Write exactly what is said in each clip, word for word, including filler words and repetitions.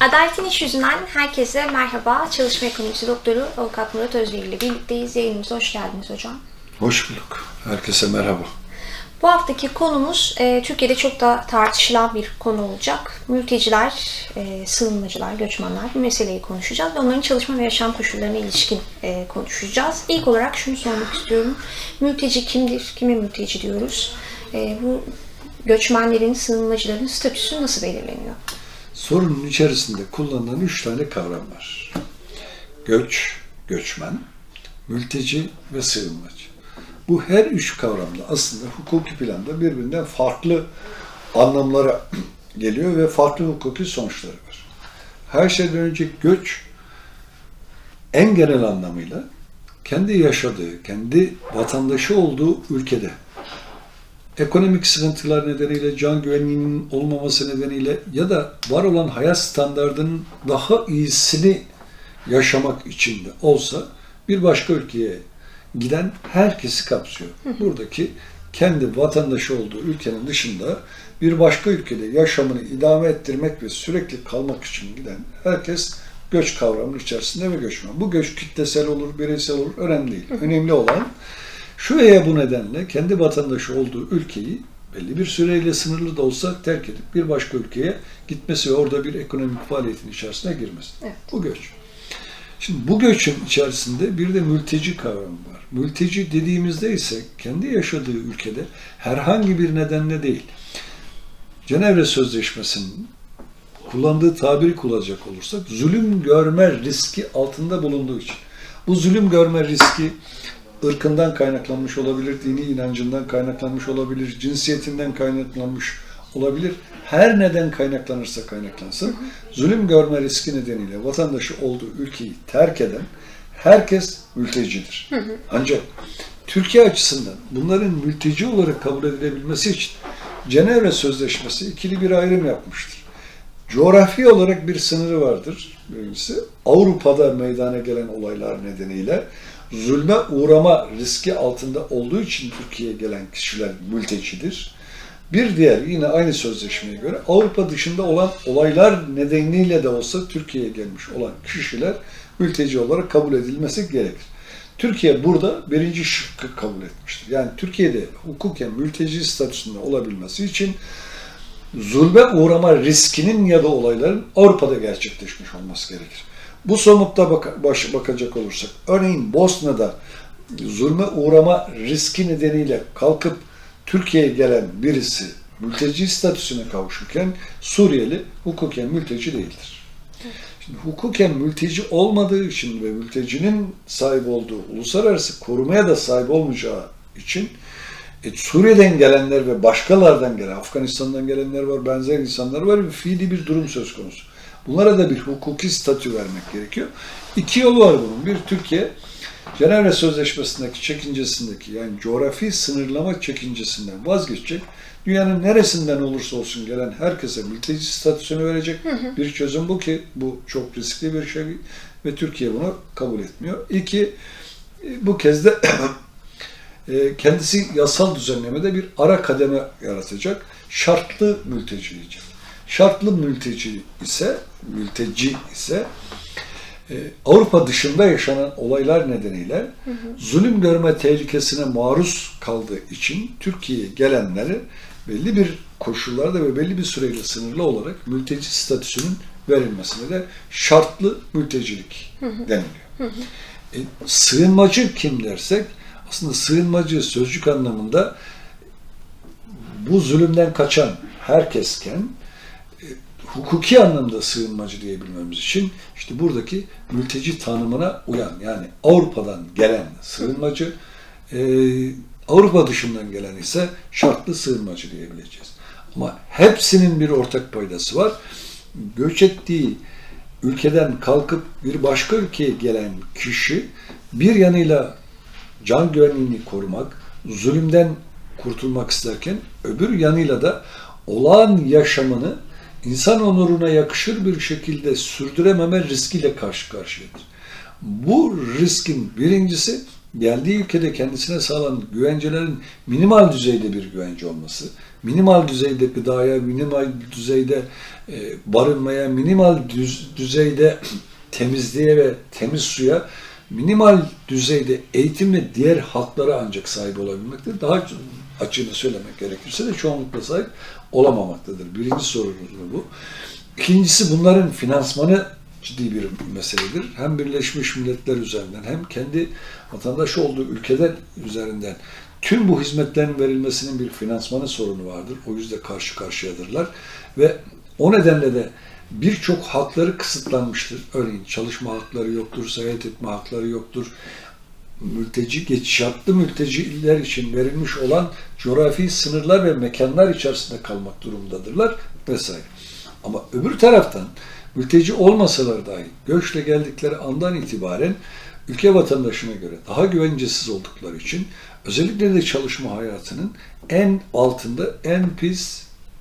Adaletin İş Yüzünden herkese merhaba. Çalışma Ekonomisi Doktoru Avukat Murat Özveri ile birlikteyiz. Yayınımıza hoş geldiniz hocam. Hoş bulduk. Herkese merhaba. Bu haftaki konumuz e, Türkiye'de çok da tartışılan bir konu olacak. Mülteciler, e, sığınmacılar, göçmenler bu meseleyi konuşacağız ve onların çalışma ve yaşam koşullarına ilişkin e, konuşacağız. İlk olarak şunu sormak istiyorum. Mülteci kimdir? Kime mülteci diyoruz? E, bu göçmenlerin, sığınmacıların statüsü nasıl belirleniyor? Sorunun içerisinde kullanılan üç tane kavram var. Göç, göçmen, mülteci ve sığınmacı. Bu her üç kavramda aslında hukuki planda birbirinden farklı anlamlara geliyor ve farklı hukuki sonuçları var. Her şeyden önce göç en genel anlamıyla kendi yaşadığı, kendi vatandaşı olduğu ülkede ekonomik sıkıntılar nedeniyle, can güvenliğinin olmaması nedeniyle ya da var olan hayat standardının daha iyisini yaşamak için de olsa bir başka ülkeye giden herkesi kapsıyor. Buradaki kendi vatandaşı olduğu ülkenin dışında bir başka ülkede yaşamını idame ettirmek ve sürekli kalmak için giden herkes göç kavramının içerisinde ve göçmen. Bu göç kitlesel olur, bireysel olur, önemli değil. Önemli olan şu veya bu nedenle kendi vatandaşı olduğu ülkeyi belli bir süreyle sınırlı da olsa terk edip bir başka ülkeye gitmesi ve orada bir ekonomik faaliyetin içerisine girmesi. Evet. Bu göç. Şimdi bu göçün içerisinde bir de mülteci kavramı var. Mülteci dediğimizde ise kendi yaşadığı ülkede herhangi bir nedenle değil, Cenevre Sözleşmesi'nin kullandığı tabiri kullanacak olursak, zulüm görme riski altında bulunduğu için. Bu zulüm görme riski ırkından kaynaklanmış olabilir, dini inancından kaynaklanmış olabilir, cinsiyetinden kaynaklanmış olabilir. Her neden kaynaklanırsa kaynaklansın, zulüm görme riski nedeniyle vatandaşı olduğu ülkeyi terk eden herkes mültecidir. Ancak Türkiye açısından bunların mülteci olarak kabul edilebilmesi için Cenevre Sözleşmesi ikili bir ayrım yapmıştır. Coğrafi olarak bir sınırı vardır. Birincisi, Avrupa'da meydana gelen olaylar nedeniyle zulme uğrama riski altında olduğu için Türkiye'ye gelen kişiler mültecidir. Bir diğer yine aynı sözleşmeye göre Avrupa dışında olan olaylar nedeniyle de olsa Türkiye'ye gelmiş olan kişiler mülteci olarak kabul edilmesi gerekir. Türkiye burada birinci şıkkı kabul etmiştir. Yani Türkiye'de hukuken mülteci statüsünde olabilmesi için zulme uğrama riskinin ya da olayların Avrupa'da gerçekleşmiş olması gerekir. Bu somutta bak baş bakacak olursak, örneğin Bosna'da zulme uğrama riski nedeniyle kalkıp Türkiye'ye gelen birisi mülteci statüsüne kavuşurken Suriyeli hukuken mülteci değildir. Şimdi hukuken mülteci olmadığı için ve mültecinin sahip olduğu uluslararası korumaya da sahip olmayacağı için e, Suriye'den gelenler ve başkalardan gelen, Afganistan'dan gelenler var, benzer insanlar var ve fiili bir durum söz konusu. Bunlara da bir hukuki statü vermek gerekiyor. İki yolu var bunun. Bir, Türkiye Cenevre Sözleşmesi'ndeki çekincesindeki, yani coğrafi sınırlama çekincesinden vazgeçecek. Dünyanın neresinden olursa olsun gelen herkese mülteci statüsünü verecek. Hı hı. Bir çözüm bu ki bu çok riskli bir şey ve Türkiye bunu kabul etmiyor. İki, bu kez de kendisi yasal düzenlemede bir ara kademe yaratacak. Şartlı mülteci diyecek. Şartlı mülteci ise, mülteci ise Avrupa dışında yaşanan olaylar nedeniyle hı hı. zulüm görme tehlikesine maruz kaldığı için Türkiye'ye gelenleri belli bir koşullarda ve belli bir süreyle sınırlı olarak mülteci statüsünün verilmesine de şartlı mültecilik hı hı. deniliyor. Hı hı. E, sığınmacı kim dersek, aslında sığınmacı sözcük anlamında bu zulümden kaçan herkesken, hukuki anlamda sığınmacı diyebilmemiz için işte buradaki mülteci tanımına uyan, yani Avrupa'dan gelen sığınmacı, e, Avrupa dışından gelen ise şartlı sığınmacı diyebileceğiz. Ama hepsinin bir ortak paydası var. Göç ettiği ülkeden kalkıp bir başka ülkeye gelen kişi bir yanıyla can güvenliğini korumak, zulümden kurtulmak isterken öbür yanıyla da olağan yaşamını İnsan onuruna yakışır bir şekilde sürdürememe riskiyle karşı karşıyadır. Bu riskin birincisi, geldiği ülkede kendisine sağlanan güvencelerin minimal düzeyde bir güvence olması, minimal düzeyde gıdaya, minimal düzeyde e, barınmaya, minimal düz, düzeyde temizliğe ve temiz suya, minimal düzeyde eğitim ve diğer haklara ancak sahip olabilmektedir. Daha açığını söylemek gerekirse de çoğunlukla sahip olamamaktadır. Birinci sorunuz bu. İkincisi, bunların finansmanı ciddi bir meseledir. Hem Birleşmiş Milletler üzerinden hem kendi vatandaş olduğu ülkeler üzerinden tüm bu hizmetlerin verilmesinin bir finansmanı sorunu vardır. O yüzden karşı karşıyadırlar ve o nedenle de birçok hakları kısıtlanmıştır. Örneğin çalışma hakları yoktur, seyahat etme hakları yoktur. Mülteci, geçişatlı mülteciler için verilmiş olan coğrafi sınırlar ve mekanlar içerisinde kalmak durumundadırlar vesaire. Ama öbür taraftan mülteci olmasalar dahi göçle geldikleri andan itibaren ülke vatandaşına göre daha güvencesiz oldukları için özellikle de çalışma hayatının en altında, en pis,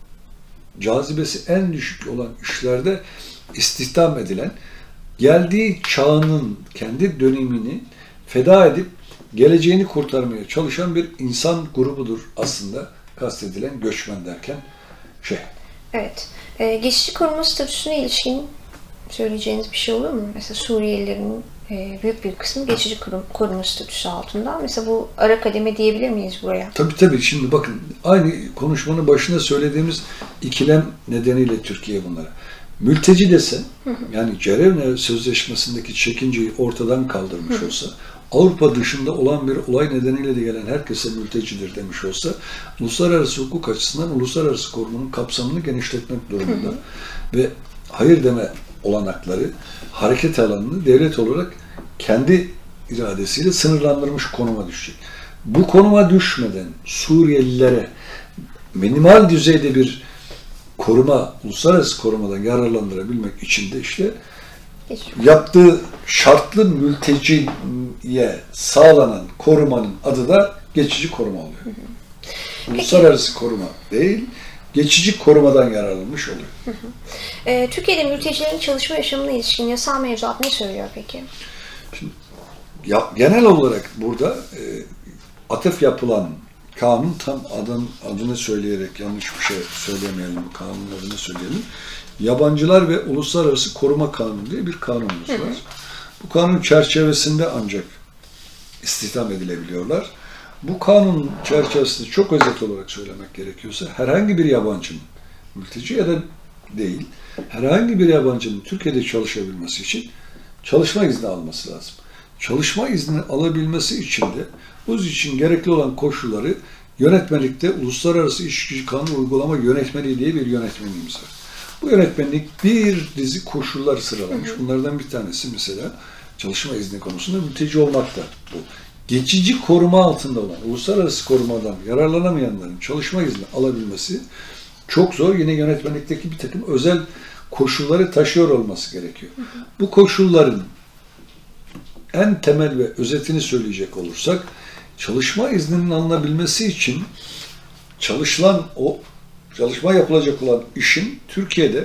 cazibesi en düşük olan işlerde istihdam edilen, geldiği çağının kendi dönemini feda edip geleceğini kurtarmaya çalışan bir insan grubudur aslında kastedilen göçmen derken şey. Evet. Ee, geçici koruma statüsüne ilişkin söyleyeceğiniz bir şey olur mu? Mesela Suriyelilerin e, büyük bir kısmı geçici koruma statüsü altında. Mesela bu ara kademe diyebilir miyiz buraya? Tabii tabii. Şimdi bakın, aynı konuşmanın başında söylediğimiz ikilem nedeniyle Türkiye bunlara. Mülteci dese, yani Cerevne Sözleşmesi'ndeki çekinceyi ortadan kaldırmış olsa, Avrupa dışında olan bir olay nedeniyle de gelen herkese mültecidir demiş olsa, uluslararası hukuk açısından uluslararası korumanın kapsamını genişletmek durumunda. Hı hı. Ve hayır deme olanakları, hareket alanını devlet olarak kendi iradesiyle sınırlandırmış konuma düşecek. Bu konuma düşmeden Suriyelilere minimal düzeyde bir koruma, uluslararası korumadan yararlandırabilmek için de işte yaptığı şartlı mülteciye sağlanan korumanın adı da geçici koruma oluyor. Hı hı. Uluslararası koruma değil, geçici korumadan yararlanmış oluyor. Hı hı. E, Türkiye'de mültecilerin çalışma yaşamına ilişkin yasal mevzuat ne söylüyor peki? Şimdi, ya, genel olarak burada e, atıf yapılan kanun, tam adın, adını söyleyerek yanlış bir şey söylemeyelim, kanunun adını söyleyelim. Yabancılar ve Uluslararası Koruma Kanunu diye bir kanunumuz var. Hı hı. Bu kanun çerçevesinde ancak istihdam edilebiliyorlar. Bu kanun çerçevesinde çok özet olarak söylemek gerekiyorsa herhangi bir yabancının, mülteci ya da değil, herhangi bir yabancının Türkiye'de çalışabilmesi için çalışma izni alması lazım. Çalışma izni alabilmesi için de bu için gerekli olan koşulları yönetmelikte Uluslararası İş Gücü Kanunu Uygulama Yönetmeliği diye bir yönetmeliğimiz var. Bu yönetmenlik bir dizi koşullar sıralamış. Hı hı. Bunlardan bir tanesi mesela çalışma izni konusunda mülteci olmak da bu. Geçici koruma altında olan, uluslararası korumadan yararlanamayanların çalışma izni alabilmesi çok zor. Yine yönetmenlikteki bir takım özel koşulları taşıyor olması gerekiyor. Hı hı. Bu koşulların en temel ve özetini söyleyecek olursak, çalışma izninin alınabilmesi için çalışılan o çalışma yapılacak olan işin Türkiye'de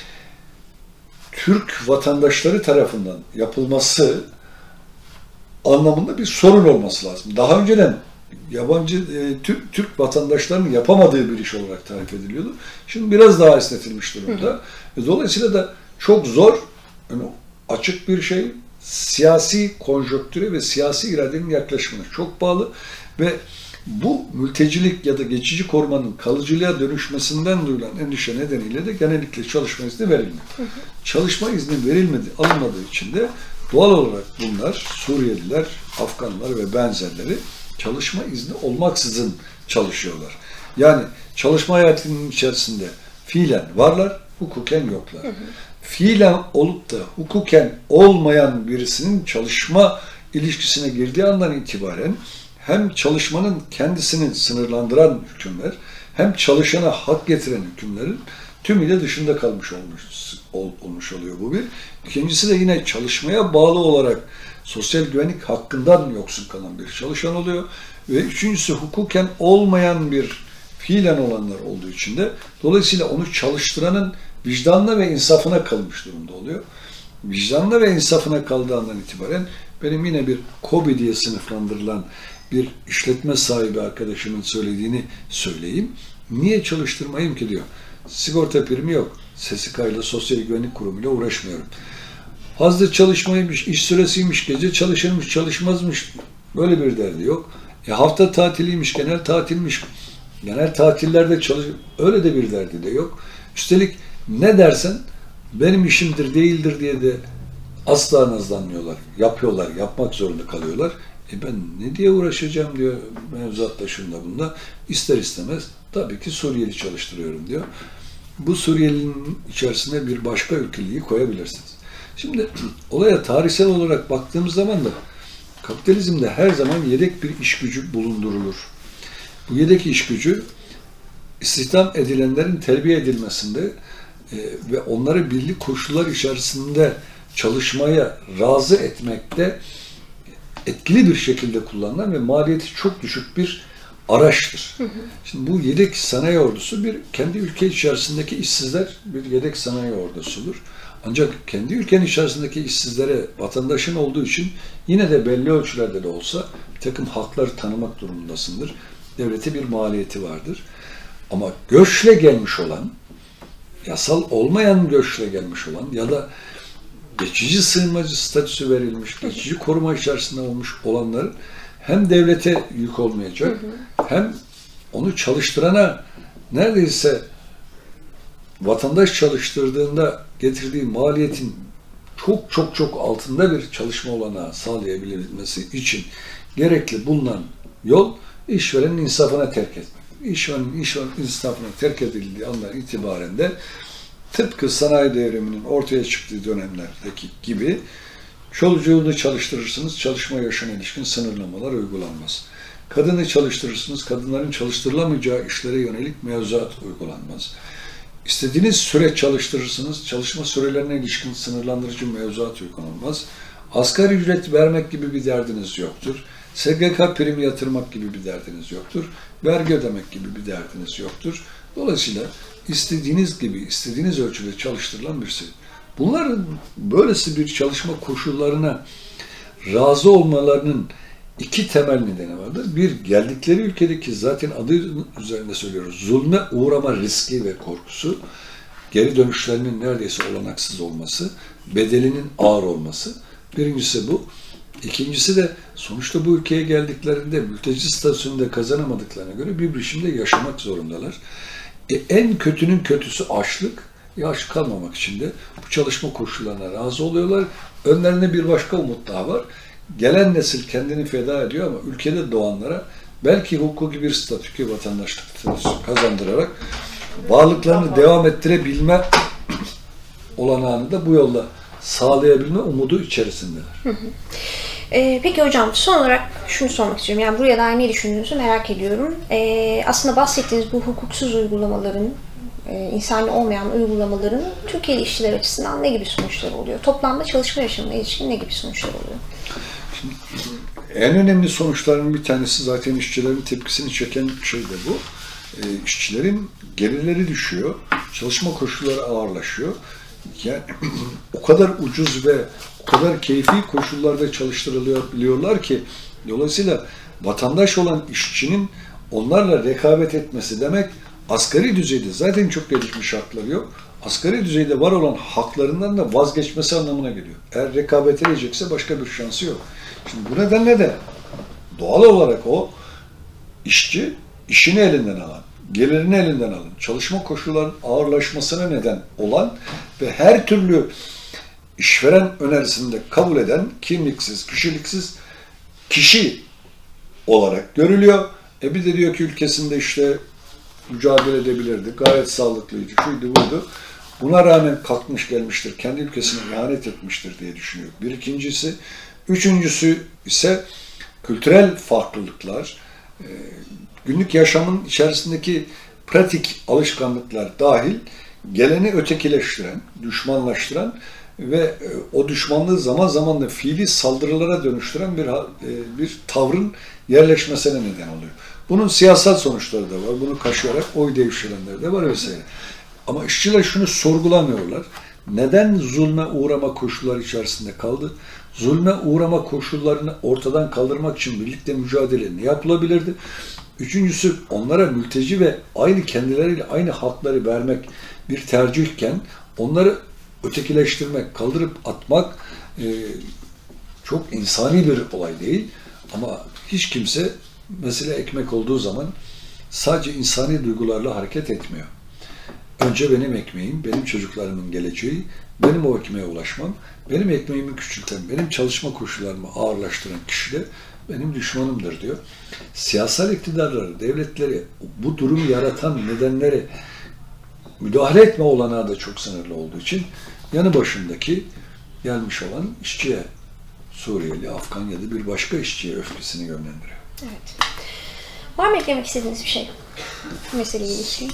Türk vatandaşları tarafından yapılması anlamında bir sorun olması lazım. Daha önceden yabancı e, Türk, Türk vatandaşlarının yapamadığı bir iş olarak tarif ediliyordu. Şimdi biraz daha esnetilmiş durumda. Hı. Dolayısıyla da çok zor, yani açık bir şey, siyasi konjonktüre ve siyasi iradenin yaklaşımına çok bağlı ve bu mültecilik ya da geçici korumanın kalıcılığa dönüşmesinden duyulan endişe nedeniyle de genellikle çalışma izni verilmiyor. Hı hı. Çalışma izni verilmedi, alınmadığı için de doğal olarak bunlar Suriyeliler, Afganlar ve benzerleri çalışma izni olmaksızın çalışıyorlar. Yani çalışma hayatının içerisinde fiilen varlar, hukuken yoklar. Hı hı. Fiilen olup da hukuken olmayan birisinin çalışma ilişkisine girdiği andan itibaren hem çalışmanın kendisini sınırlandıran hükümler, hem çalışana hak getiren hükümlerin tümüyle dışında kalmış olmuş, ol, olmuş oluyor bu bir. İkincisi de yine çalışmaya bağlı olarak sosyal güvenlik hakkından yoksun kalan bir çalışan oluyor. Ve üçüncüsü hukuken olmayan bir fiilen olanlar olduğu için de dolayısıyla onu çalıştıranın vicdanına ve insafına kalmış durumda oluyor. Vicdanına ve insafına kaldığı andan itibaren benim yine bir KOBİ diye sınıflandırılan bir işletme sahibi arkadaşımın söylediğini söyleyeyim. Niye çalıştırmayayım ki diyor. Sigorta primi yok. S S K ile Sosyal Güvenlik Kurumu ile uğraşmıyorum. Fazla çalışmaymış, iş süresiymiş, gece çalışırmış, çalışmazmış. Böyle bir derdi yok. E hafta tatiliymiş, genel tatilmiş. Genel tatillerde çalış, öyle de bir derdi de yok. Üstelik ne dersen benim işimdir, değildir diye de asla nazlanmıyorlar. Yapıyorlar, yapmak zorunda kalıyorlar. E ben ne diye uğraşacağım diyor mevzuatta şunda bunda. İster istemez tabii ki Suriyeli çalıştırıyorum diyor. Bu Suriyelinin içerisine bir başka ülkeliği koyabilirsiniz. Şimdi olaya tarihsel olarak baktığımız zaman da kapitalizmde her zaman yedek bir iş gücü bulundurulur. Bu yedek iş gücü istihdam edilenlerin terbiye edilmesinde e, ve onları birlik koşullar içerisinde çalışmaya razı etmekte etkili bir şekilde kullanılan ve maliyeti çok düşük bir araçtır. Hı hı. Şimdi bu yedek sanayi ordusu bir kendi ülke içerisindeki işsizler bir yedek sanayi ordusudur. Ancak kendi ülkenin içerisindeki işsizlere vatandaşın olduğu için yine de belli ölçülerde de olsa bir takım hakları tanımak durumundasındır. Devlete bir maliyeti vardır. Ama göçle gelmiş olan, yasal olmayan göçle gelmiş olan ya da geçici sığınmacı statüsü verilmiş, geçici koruma içerisinde olmuş olanların hem devlete yük olmayacak, hı hı. hem onu çalıştırana neredeyse vatandaş çalıştırdığında getirdiği maliyetin çok çok çok altında bir çalışma olanağı sağlayabilmesi için gerekli bulunan yol işverenin insafına terk etmek. İşverenin, işverenin insafına terk edildiği andan itibaren de tıpkı sanayi devriminin ortaya çıktığı dönemlerdeki gibi çocuğunu çalıştırırsınız, çalışma yaşına ilişkin sınırlamalar uygulanmaz. Kadını çalıştırırsınız, kadınların çalıştırılamayacağı işlere yönelik mevzuat uygulanmaz. İstediğiniz süre çalıştırırsınız, çalışma sürelerine ilişkin sınırlandırıcı mevzuat uygulanmaz. Asgari ücret vermek gibi bir derdiniz yoktur. S G K primi yatırmak gibi bir derdiniz yoktur. Vergi ödemek gibi bir derdiniz yoktur. Dolayısıyla istediğiniz gibi, istediğiniz ölçüde çalıştırılan bir şey. Bunların böylesi bir çalışma koşullarına razı olmalarının iki temel nedeni vardır. Bir, geldikleri ülkedeki zaten adı üzerinde söylüyoruz, zulme uğrama riski ve korkusu, geri dönüşlerinin neredeyse olanaksız olması, bedelinin ağır olması. Birincisi bu. İkincisi de sonuçta bu ülkeye geldiklerinde mülteci statüsünde kazanamadıklarına göre bir biçimde yaşamak zorundalar. E, en kötünün kötüsü açlık. E, aç kalmamak için de bu çalışma koşullarına razı oluyorlar. Önlerinde bir başka umut daha var. Gelen nesil kendini feda ediyor ama ülkede doğanlara belki hukuki bir statü, vatandaşlık kazandırarak varlıklarını devam ettirebilme olanağını da bu yolla sağlayabilme umudu içerisindeler. Hı hı. Ee, peki hocam, son olarak şunu sormak istiyorum. Yani buraya dair ne düşündüğünüzü merak ediyorum. Ee, aslında bahsettiğiniz bu hukuksuz uygulamaların, e, insani olmayan uygulamaların Türkiye'li işçiler açısından ne gibi sonuçları oluyor? Toplamda çalışma yaşamına ilişkin ne gibi sonuçlar oluyor? Şimdi, en önemli sonuçlarının bir tanesi zaten işçilerin tepkisini çeken şey de bu. E, işçilerin gelirleri düşüyor, çalışma koşulları ağırlaşıyor. Yani o kadar ucuz ve o kadar keyfi koşullarda çalıştırılıyorlar ki dolayısıyla vatandaş olan işçinin onlarla rekabet etmesi demek asgari düzeyde zaten çok gelişmiş hakları yok. Asgari düzeyde var olan haklarından da vazgeçmesi anlamına geliyor. Eğer rekabet edecekse başka bir şansı yok. Şimdi bu nedenle de doğal olarak o işçi işini elinden alan, gelirini elinden alın, çalışma koşullarının ağırlaşmasına neden olan ve her türlü işveren önerisinde kabul eden kimliksiz, kişiliksiz kişi olarak görülüyor. E bir de diyor ki ülkesinde işte mücadele edebilirdi, gayet sağlıklıydı, şuydu buydu. Buna rağmen kalkmış gelmiştir, kendi ülkesine ihanet etmiştir diye düşünüyor. Bir ikincisi. Üçüncüsü ise kültürel farklılıklar, günlük yaşamın içerisindeki pratik alışkanlıklar dahil geleni ötekileştiren, düşmanlaştıran ve o düşmanlığı zaman zaman da fiili saldırılara dönüştüren bir bir tavrın yerleşmesine neden oluyor. Bunun siyasal sonuçları da var. Bunu kaşıyarak oy devşirenler de var vesaire. Ama işçiler şunu sorgulamıyorlar. Neden zulme uğrama koşulları içerisinde kaldı? Zulme uğrama koşullarını ortadan kaldırmak için birlikte mücadele ne yapılabilirdi? Üçüncüsü, onlara mülteci ve aynı kendileriyle aynı hakları vermek bir tercihken onları ötekileştirmek, kaldırıp atmak e, çok insani bir olay değil. Ama hiç kimse mesele ekmek olduğu zaman sadece insani duygularla hareket etmiyor. Önce benim ekmeğim, benim çocuklarımın geleceği, benim o ekmeğe ulaşmam, benim ekmeğimi küçülten, benim çalışma koşullarımı ağırlaştıran kişi de benim düşmanımdır diyor. Siyasal iktidarları, devletleri, bu durumu yaratan nedenleri müdahale etme olanağı da çok sınırlı olduğu için yanı başındaki gelmiş olan işçiye, Suriyeli, Afgan ya da bir başka işçiye öfkesini yönlendiriyor. Evet. Var mı eklemek istediğiniz bir şey bu meseleyle ilgili?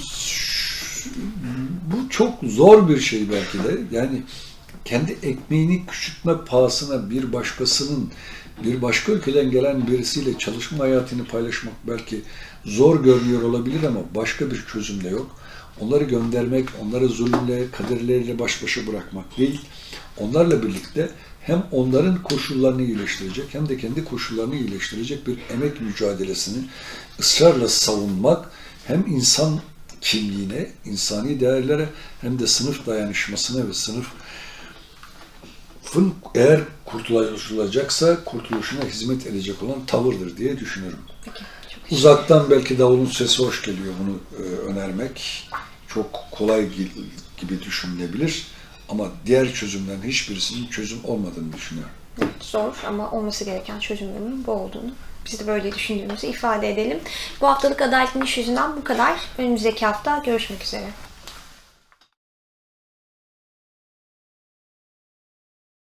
Bu çok zor bir şey belki de. Yani kendi ekmeğini küçültme pahasına bir başkasının, bir başka ülkeden gelen birisiyle çalışma hayatını paylaşmak belki zor görünüyor olabilir ama başka bir çözüm de yok. Onları göndermek, onları zulümle, kaderleriyle baş başa bırakmak değil. Onlarla birlikte hem onların koşullarını iyileştirecek hem de kendi koşullarını iyileştirecek bir emek mücadelesini ısrarla savunmak hem insan kimliğine, insani değerlere hem de sınıf dayanışmasına ve sınıfın eğer kurtulacaksa kurtuluşuna hizmet edecek olan tavırdır diye düşünüyorum. Peki, Uzaktan belki davulun sesi hoş geliyor, bunu e, önermek çok kolay gibi düşünülebilir ama diğer çözümlerin hiçbirisinin çözüm olmadığını düşünüyorum. Evet, zor ama olması gereken çözümlerin bu olduğunu biz de böyle düşündüğümüzü ifade edelim. Bu haftalık Adaletin İş Yüzünden bu kadar. Önümüzdeki hafta görüşmek üzere.